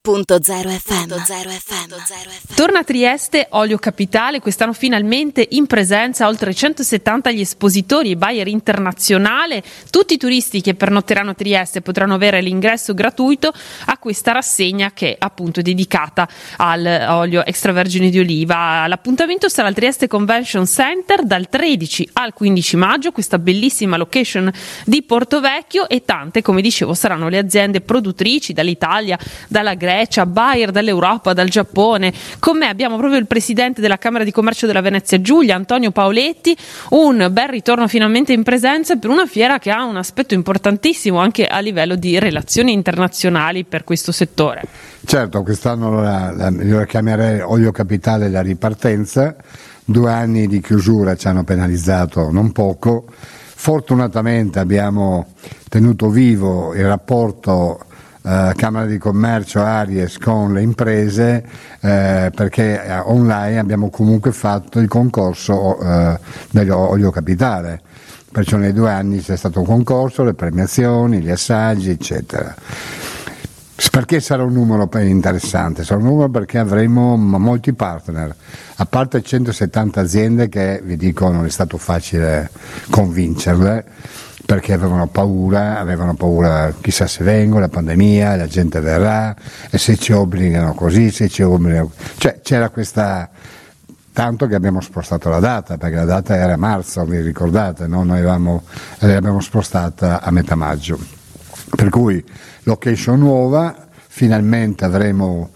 Torna a Trieste Olio Capitale, quest'anno finalmente in presenza oltre 170 gli espositori e buyer internazionale. Tutti i turisti che pernotteranno a Trieste potranno avere l'ingresso gratuito a questa rassegna che è appunto dedicata all'olio extravergine di oliva. L'appuntamento sarà al Trieste Convention Center dal 13 al 15 maggio, questa bellissima location di Portovecchio, e tante, come dicevo, saranno le aziende produttrici dall'Italia, dalla Grecia, buyer dall'Europa, dal Giappone. Con me abbiamo proprio il presidente della Camera di Commercio della Venezia Giulia, Antonio Paoletti. Un bel ritorno finalmente in presenza per una fiera che ha un aspetto importantissimo anche a livello di relazioni internazionali per questo settore. Certo, quest'anno io la chiamerei Olio Capitale la ripartenza. 2 anni di chiusura ci hanno penalizzato non poco. Fortunatamente abbiamo tenuto vivo il rapporto Camera di Commercio Aries con le imprese, perché online abbiamo comunque fatto il concorso dell'Olio Capitale, perciò nei 2 anni c'è stato un concorso, le premiazioni, gli assaggi eccetera. Perché sarà un numero interessante? Sarà un numero perché avremo molti partner, a parte 170 aziende che vi dico non è stato facile convincerle, perché avevano paura chissà se vengo, la pandemia, la gente verrà, e se ci obbligano così, cioè c'era questa, tanto che abbiamo spostato la data, perché la data era marzo, vi ricordate, no? Noi l'abbiamo spostata a metà maggio, per cui location nuova, finalmente avremo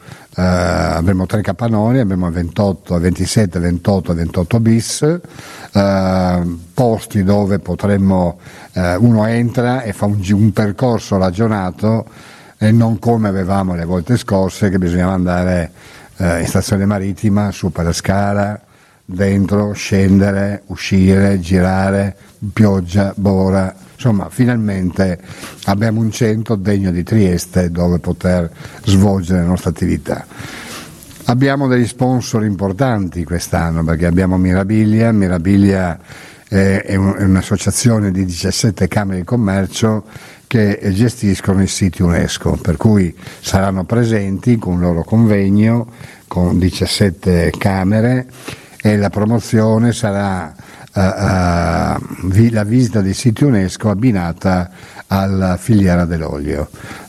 3 capannoni, abbiamo 28, 27, 28 e 28 bis, posti dove potremmo, uno entra e fa un percorso ragionato e non come avevamo le volte scorse che bisognava andare in stazione marittima, su per la scala, dentro, scendere, uscire, girare, pioggia, bora. Insomma, finalmente abbiamo un centro degno di Trieste dove poter svolgere le nostre attività. Abbiamo degli sponsor importanti quest'anno, perché abbiamo Mirabilia è un'associazione di 17 camere di commercio che gestiscono i siti UNESCO, per cui saranno presenti con un loro convegno con 17 camere, e la promozione sarà la visita dei siti UNESCO abbinata alla filiera dell'olio,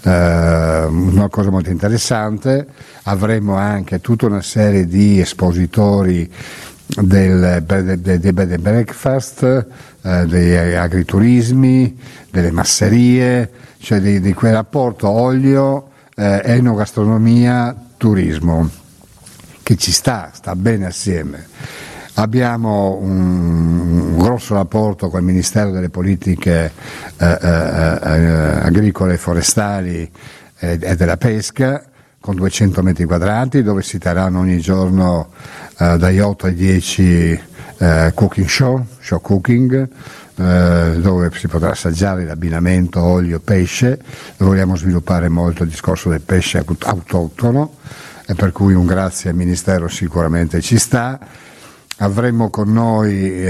una cosa molto interessante. Avremo anche tutta una serie di espositori dei bed and breakfast, degli agriturismi, delle masserie, cioè di quel rapporto olio, enogastronomia, turismo, che ci sta bene assieme. Abbiamo un grosso rapporto con il Ministero delle Politiche Agricole e Forestali e della Pesca, con 200 metri quadrati, dove si terranno ogni giorno dagli 8 ai 10 cooking show cooking, dove si potrà assaggiare l'abbinamento olio-pesce. Vogliamo sviluppare molto il discorso del pesce autoctono, e per cui un grazie al Ministero sicuramente ci sta. Avremo con noi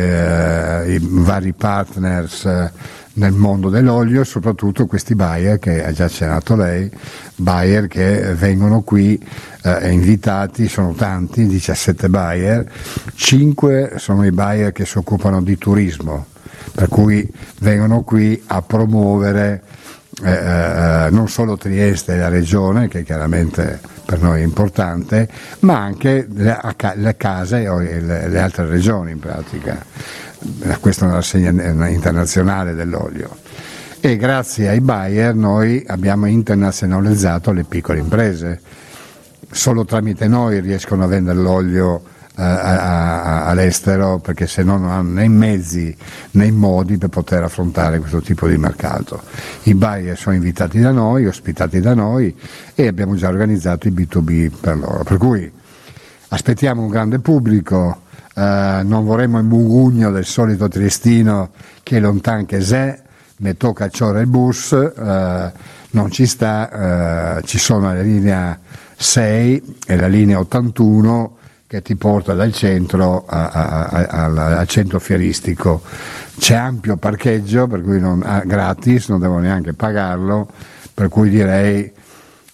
i vari partners nel mondo dell'olio, e soprattutto questi buyer che ha già accennato lei, buyer che vengono qui invitati, sono tanti, 17 buyer, 5 sono i buyer che si occupano di turismo, per cui vengono qui a promuovere non solo Trieste e la regione, che chiaramente per noi è importante, ma anche le case o le altre regioni in pratica. Questa è una rassegna internazionale dell'olio, e grazie ai buyer noi abbiamo internazionalizzato le piccole imprese. Solo tramite noi riescono a vendere l'olio all'estero, perché se no non hanno né i mezzi né i modi per poter affrontare questo tipo di mercato. I buyer sono invitati da noi, ospitati da noi, e abbiamo già organizzato i B2B per loro, per cui aspettiamo un grande pubblico. Non vorremmo il mugugno del solito triestino che è lontano che se ne tocca ciore il bus, non ci sta. Ci sono la linea 6 e la linea 81 che ti porta dal centro al centro fieristico. C'è ampio parcheggio, per cui gratis, non devo neanche pagarlo, per cui direi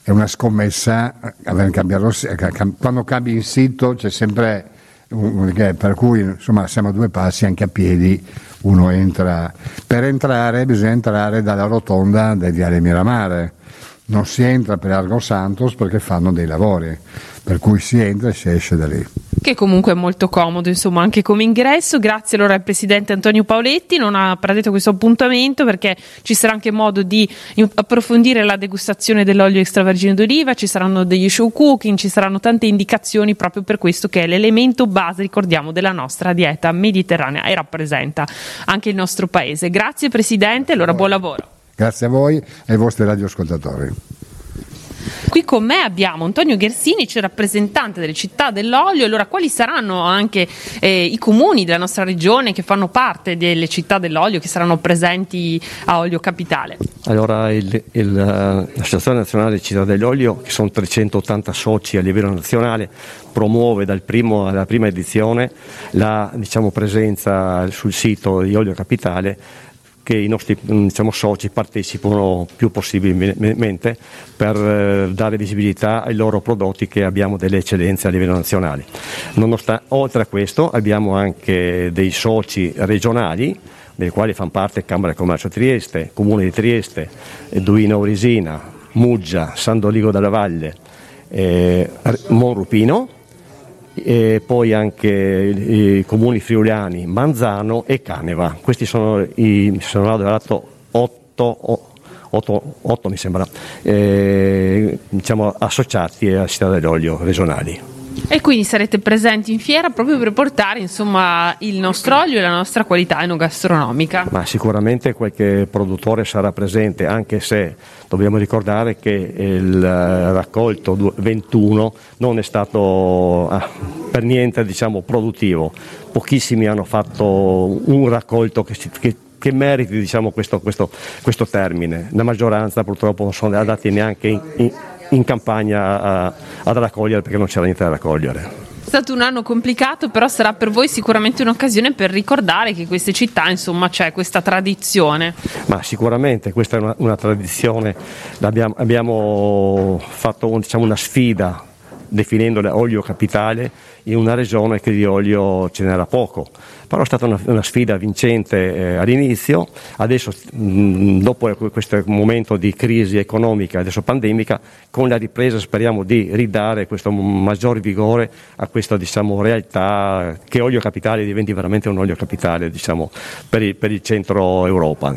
è una scommessa, quando cambi in sito c'è sempre per cui insomma siamo a due passi anche a piedi, uno entra, per entrare bisogna entrare dalla rotonda del viale Miramare, non si entra per Largo Santos perché fanno dei lavori, per cui si entra e si esce da lì. Che comunque è molto comodo, insomma, anche come ingresso. Grazie allora al presidente Antonio Paoletti, non ha perdito questo appuntamento perché ci sarà anche modo di approfondire la degustazione dell'olio extravergine d'oliva, ci saranno degli show cooking, ci saranno tante indicazioni proprio per questo che è l'elemento base, ricordiamo, della nostra dieta mediterranea e rappresenta anche il nostro paese. Grazie presidente, allora buon lavoro. Grazie a voi e ai vostri radioascoltatori. Qui con me abbiamo Antonio Ghersinic, rappresentante delle città dell'olio. Allora, quali saranno anche i comuni della nostra regione che fanno parte delle città dell'olio, che saranno presenti a Olio Capitale? Allora, l'Associazione Nazionale Città dell'Olio, che sono 380 soci a livello nazionale, promuove dalla prima edizione la presenza sul sito di Olio Capitale, che i nostri soci partecipano più possibilmente per dare visibilità ai loro prodotti, che abbiamo delle eccellenze a livello nazionale. Oltre a questo abbiamo anche dei soci regionali, dei quali fanno parte Camera di Commercio Trieste, Comune di Trieste, Duino Auresina, Muggia, San Doligo della Valle, Monrupino, e poi anche i comuni friulani Manzano e Caneva. Questi sono sono dato 8 mi sembra, associati alla Città dell'Olio regionali. E quindi sarete presenti in fiera proprio per portare insomma il nostro olio e la nostra qualità enogastronomica. Ma sicuramente qualche produttore sarà presente, anche se dobbiamo ricordare che il raccolto 21 non è stato per niente produttivo. Pochissimi hanno fatto un raccolto che meriti questo termine. La maggioranza purtroppo non sono andati neanche in campagna ad raccogliere, perché non c'era niente da raccogliere. È stato un anno complicato, però sarà per voi sicuramente un'occasione per ricordare che in queste città insomma c'è questa tradizione. Ma sicuramente questa è una tradizione, abbiamo fatto una sfida definendola Olio Capitale in una regione che di olio ce n'era poco, però è stata una sfida vincente all'inizio. Adesso dopo questo momento di crisi economica, adesso pandemica, con la ripresa speriamo di ridare questo maggior vigore a questa realtà, che Olio Capitale diventi veramente un Olio Capitale per il centro Europa.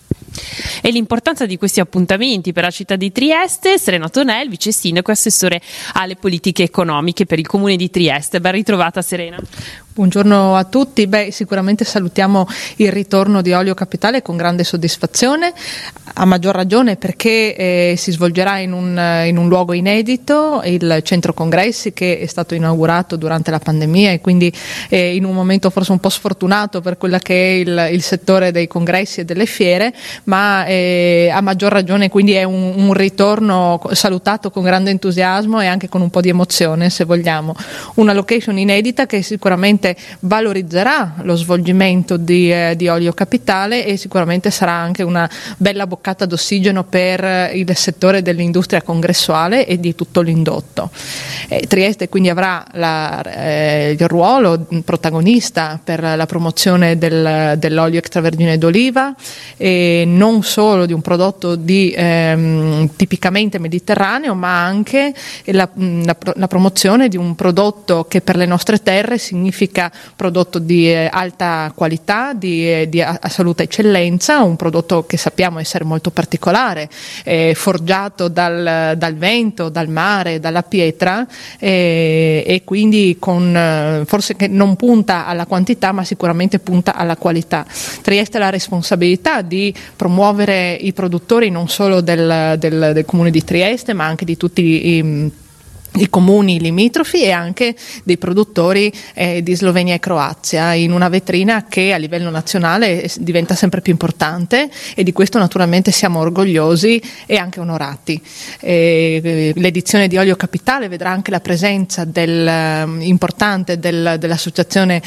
E l'importanza di questi appuntamenti per la città di Trieste. Serena Tonel, vice sindaco e assessore alle politiche economiche per il comune di Trieste. Ben ritrovata Serena. Buongiorno a tutti. Sicuramente salutiamo il ritorno di Olio Capitale con grande soddisfazione, a maggior ragione perché si svolgerà in un luogo inedito, il centro congressi, che è stato inaugurato durante la pandemia e quindi in un momento forse un po' sfortunato per quella che è il settore dei congressi e delle fiere, ma a maggior ragione quindi è un ritorno salutato con grande entusiasmo e anche con un po' di emozione, se vogliamo. Una location inedita che sicuramente valorizzerà lo svolgimento di Olio Capitale e sicuramente sarà anche una bella boccata d'ossigeno per il settore dell'industria congressuale e di tutto l'indotto. Trieste quindi avrà il ruolo protagonista per la promozione dell'olio extravergine d'oliva, e non solo di un prodotto tipicamente mediterraneo, ma anche la promozione di un prodotto che per le nostre terre significa prodotto di alta qualità, di assoluta eccellenza, un prodotto che sappiamo essere molto particolare, forgiato dal vento, dal mare, dalla pietra, e quindi forse che non punta alla quantità ma sicuramente punta alla qualità. Trieste ha la responsabilità di promuovere i produttori non solo del comune di Trieste, ma anche di tutti i comuni limitrofi e anche dei produttori di Slovenia e Croazia, in una vetrina che a livello nazionale diventa sempre più importante, e di questo naturalmente siamo orgogliosi e anche onorati. L'edizione di Olio Capitale vedrà anche la presenza importante dell'associazione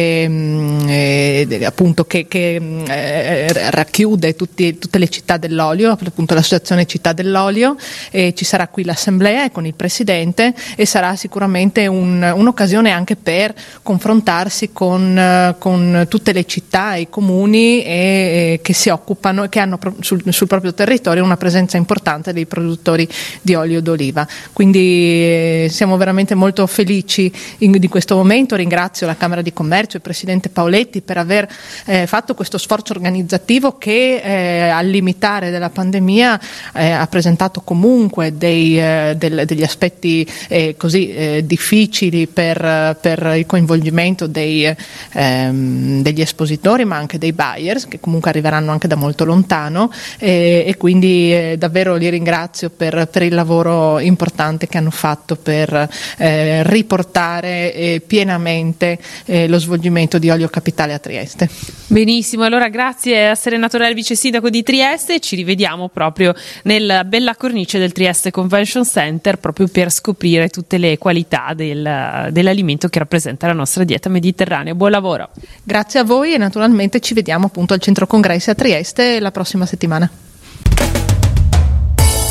appunto che racchiude tutte le città dell'olio, appunto l'associazione Città dell'Olio, e ci sarà qui l'assemblea con il presidente, e sarà sicuramente un'occasione anche per confrontarsi con tutte le città e i comuni che si occupano e che hanno sul proprio territorio una presenza importante dei produttori di olio d'oliva. Quindi siamo veramente molto felici di questo momento. Ringrazio la Camera di Commercio e il Presidente Paoletti per aver fatto questo sforzo organizzativo che al limitare della pandemia ha presentato comunque degli aspetti così difficili per il coinvolgimento degli espositori, ma anche dei buyers, che comunque arriveranno anche da molto lontano, e quindi davvero li ringrazio per il lavoro importante che hanno fatto per riportare pienamente lo svolgimento di Olio Capitale a Trieste. Benissimo, allora grazie a Serena Torelli, vice sindaco di Trieste. Ci rivediamo proprio nella bella cornice del Trieste Convention Center, proprio per scoprire tutte le qualità dell'alimento che rappresenta la nostra dieta mediterranea. Buon lavoro. Grazie a voi, e naturalmente ci vediamo appunto al Centro Congressi a Trieste la prossima settimana.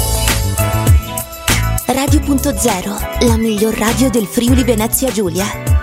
Radio.0, la miglior radio del Friuli Venezia Giulia.